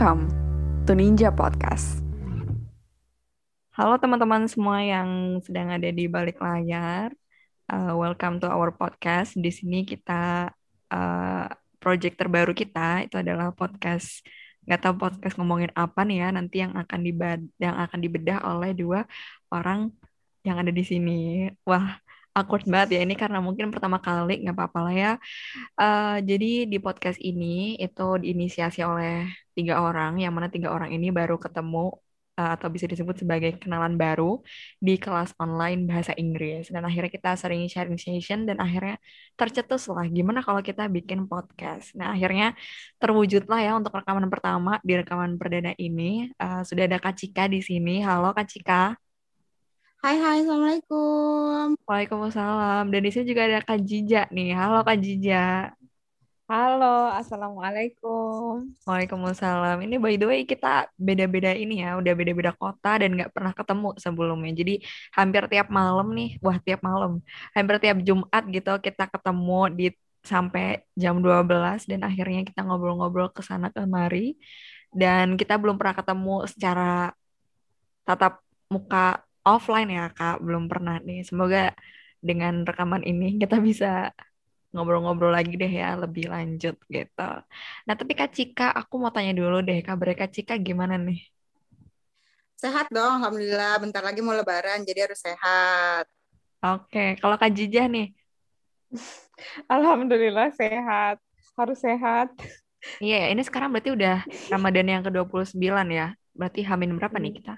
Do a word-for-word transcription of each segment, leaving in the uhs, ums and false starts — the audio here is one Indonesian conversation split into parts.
Welcome to Ninja Podcast. Halo teman-teman semua yang sedang ada di balik layar. Uh, welcome to our podcast. Di sini kita uh, project terbaru kita itu adalah podcast. Nggak tahu podcast ngomongin apa nih ya. Nanti yang akan dibed yang akan dibedah oleh dua orang yang ada di sini. Wah, awkward banget ya ini karena mungkin pertama kali, nggak apa-apa lah ya. Uh, jadi di podcast ini itu diinisiasi oleh tiga orang, yang mana tiga orang ini baru ketemu uh, atau bisa disebut sebagai kenalan baru di kelas online bahasa Inggris. Dan akhirnya kita sering sharing session dan akhirnya tercetus lah gimana kalau kita bikin podcast. Nah akhirnya terwujudlah ya untuk rekaman pertama di rekaman perdana ini. Uh, sudah ada Kak Cika di sini. Halo Kak Cika. Hai hai, Assalamualaikum. Waalaikumsalam. Dan di sini juga ada Kak Jija nih. Halo Kak Jija. Halo, Assalamualaikum. Waalaikumsalam. Ini by the way kita beda-beda ini ya, udah beda-beda kota dan nggak pernah ketemu sebelumnya. Jadi hampir tiap malam nih, wah tiap malam, hampir tiap Jumat gitu kita ketemu di sampai jam dua belas dan akhirnya kita ngobrol-ngobrol ke sana kemari dan kita belum pernah ketemu secara tatap muka offline ya Kak, belum pernah nih. Semoga dengan rekaman ini kita bisa ngobrol-ngobrol lagi deh ya lebih lanjut gitu. Nah tapi Kak Cika, aku mau tanya dulu deh, kabar Kak Cika gimana nih? Sehat dong, Alhamdulillah. Bentar lagi mau Lebaran, jadi harus sehat. Oke, kalau Kak Jijah nih, Alhamdulillah sehat. Harus sehat. iya ya, ini sekarang berarti udah Ramadan yang ke dua puluh sembilan ya. Berarti Hamin berapa nih Hmm. kita?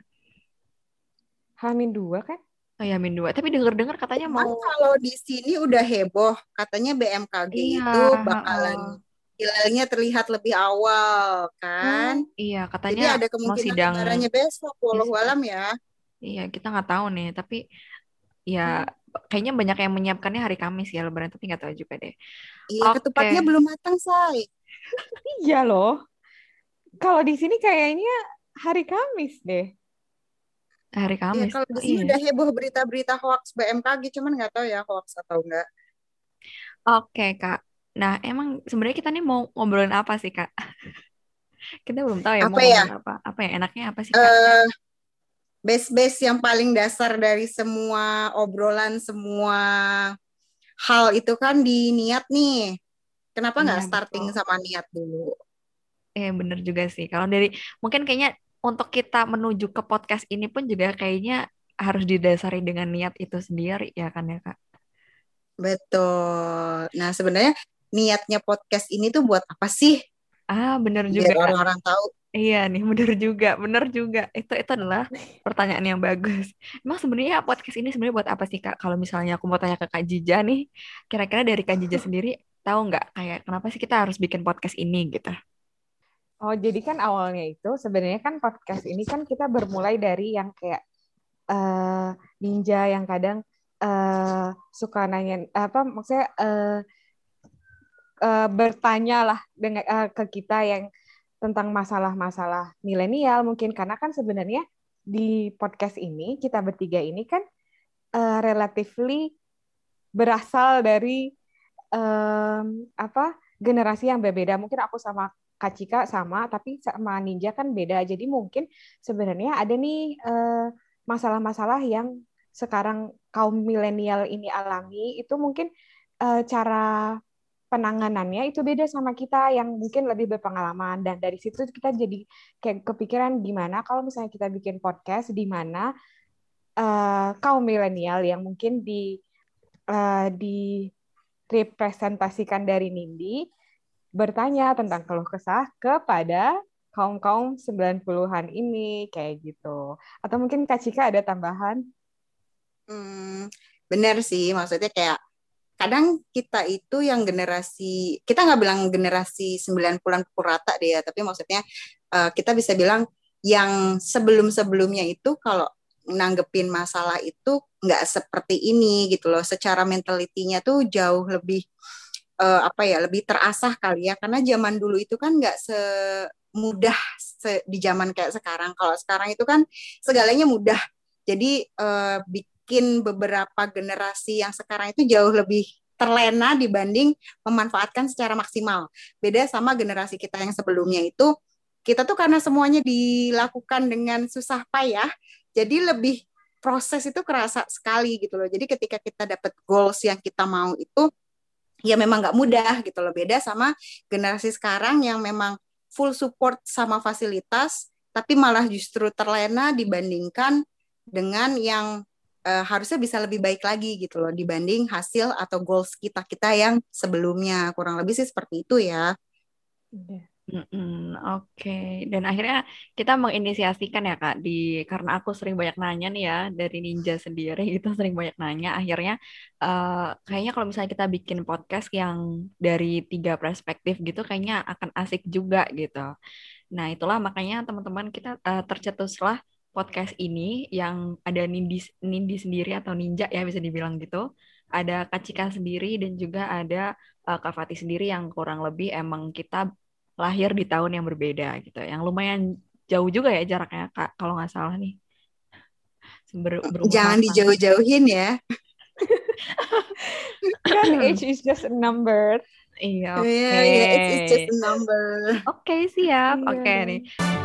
Hamin dua kan? Oh ya, Hamin dua. Tapi denger-dengar katanya Cuman mau, kalau di sini udah heboh, katanya B M K G iya, itu bakalan heeh. hilalnya terlihat lebih awal, Oh kan? iya, katanya Jadi ada mau kemungkinan sidang lebarannya besok, walau besok. alam ya. Iya, kita nggak tahu nih. Tapi ya Hmm. kayaknya banyak yang menyiapkannya hari Kamis ya Lebaran. Tapi nggak tahu juga deh. Iya, Oke, ketupatnya belum matang, say. Iya loh. Kalau di sini kayaknya hari Kamis deh. hari Iya, Kamis. kalau Oh di sini iya. udah heboh berita-berita hoax B M K G, cuman nggak tahu ya hoax atau enggak. Oke, Kak. Nah, emang sebenarnya kita nih mau ngobrolin apa sih, Kak? Kita belum tahu ya mau Apa ya? ngomongin apa. Apa ya enaknya apa sih, Kak? Eh, base-base yang paling dasar dari semua obrolan, semua hal itu kan di niat nih. Kenapa Iya, nggak betul. starting sama niat dulu? Eh, bener juga sih. Kalau dari mungkin kayaknya untuk kita menuju ke podcast ini pun juga kayaknya harus didasari dengan niat itu sendiri ya kan ya, Kak? Betul. Nah, sebenarnya niatnya podcast ini tuh buat apa sih? Ah, bener Biar juga. orang-orang tahu. Iya nih, bener juga, bener juga. Itu itu adalah pertanyaan yang bagus. Emang sebenarnya podcast ini sebenarnya buat apa sih, Kak? Kalau misalnya aku mau tanya ke Kak Jija nih, kira-kira dari Kak Jija sendiri tahu nggak kayak kenapa sih kita harus bikin podcast ini gitu? Oh, jadi kan awalnya itu sebenarnya kan podcast ini kan kita bermulai dari yang kayak eh, ninja yang kadang eh, suka nanya apa maksudnya eh, eh, bertanya lah dengan eh, ke kita yang tentang masalah-masalah milenial mungkin karena kan sebenarnya di podcast ini kita bertiga ini kan eh, relatively berasal dari em, apa generasi yang berbeda. Mungkin aku sama Kak Cika sama, tapi sama Ninja kan beda. Jadi mungkin sebenarnya ada nih eh, masalah-masalah yang sekarang kaum milenial ini alami itu mungkin eh, cara penanganannya itu beda sama kita yang mungkin lebih berpengalaman dan dari situ kita jadi kayak kepikiran gimana kalau misalnya kita bikin podcast di mana uh, kaum milenial yang mungkin di uh, direpresentasikan dari Nindi bertanya tentang keluh kesah kepada kaum-kaum sembilan puluhan-an ini kayak gitu. Atau mungkin Kak Cika ada tambahan? Hmm, bener sih, maksudnya kayak kadang kita itu yang generasi, kita nggak bilang generasi sembilan puluhan pukul rata deh ya, tapi maksudnya eh, kita bisa bilang yang sebelum-sebelumnya itu kalau nanggepin masalah itu nggak seperti ini gitu loh. Secara mentalitinya tuh jauh lebih eh, apa ya, lebih terasah kali ya. Karena zaman dulu itu kan nggak semudah se- di zaman kayak sekarang. Kalau sekarang itu kan segalanya mudah. Jadi eh, bikin beberapa generasi yang sekarang itu jauh lebih terlena dibanding memanfaatkan secara maksimal. Beda sama generasi kita yang sebelumnya itu kita tuh karena semuanya dilakukan dengan susah payah, jadi lebih proses itu kerasa sekali gitu loh. Jadi ketika kita dapat goals yang kita mau itu, ya memang nggak mudah gitu loh. Beda sama generasi sekarang yang memang full support sama fasilitas, tapi malah justru terlena dibandingkan dengan yang uh, harusnya bisa lebih baik lagi gitu loh dibanding hasil atau goals kita-kita yang sebelumnya. Kurang lebih sih seperti itu ya. Mm-mm, Oke, dan akhirnya kita menginisiasikan ya Kak, di karena aku sering banyak nanya nih ya dari Ninja sendiri itu sering banyak nanya, akhirnya eh, kayaknya kalau misalnya kita bikin podcast yang dari tiga perspektif gitu, kayaknya akan asik juga gitu. Nah itulah makanya teman-teman kita eh, tercetuslah podcast ini yang ada Nindi Nindi sendiri atau Ninja ya bisa dibilang gitu, ada Kak Cika sendiri dan juga ada eh, Kak Fatih sendiri yang kurang lebih emang kita lahir di tahun yang berbeda gitu, yang lumayan jauh juga ya jaraknya Kak, kalau nggak salah nih. Ber, berumur Jangan sama-sama. dijauh-jauhin ya. Kan age is just a number. Iya, oke. Iya, yeah, yeah, it's, it's just a number. Oke, siap. Iya Oke dong. nih.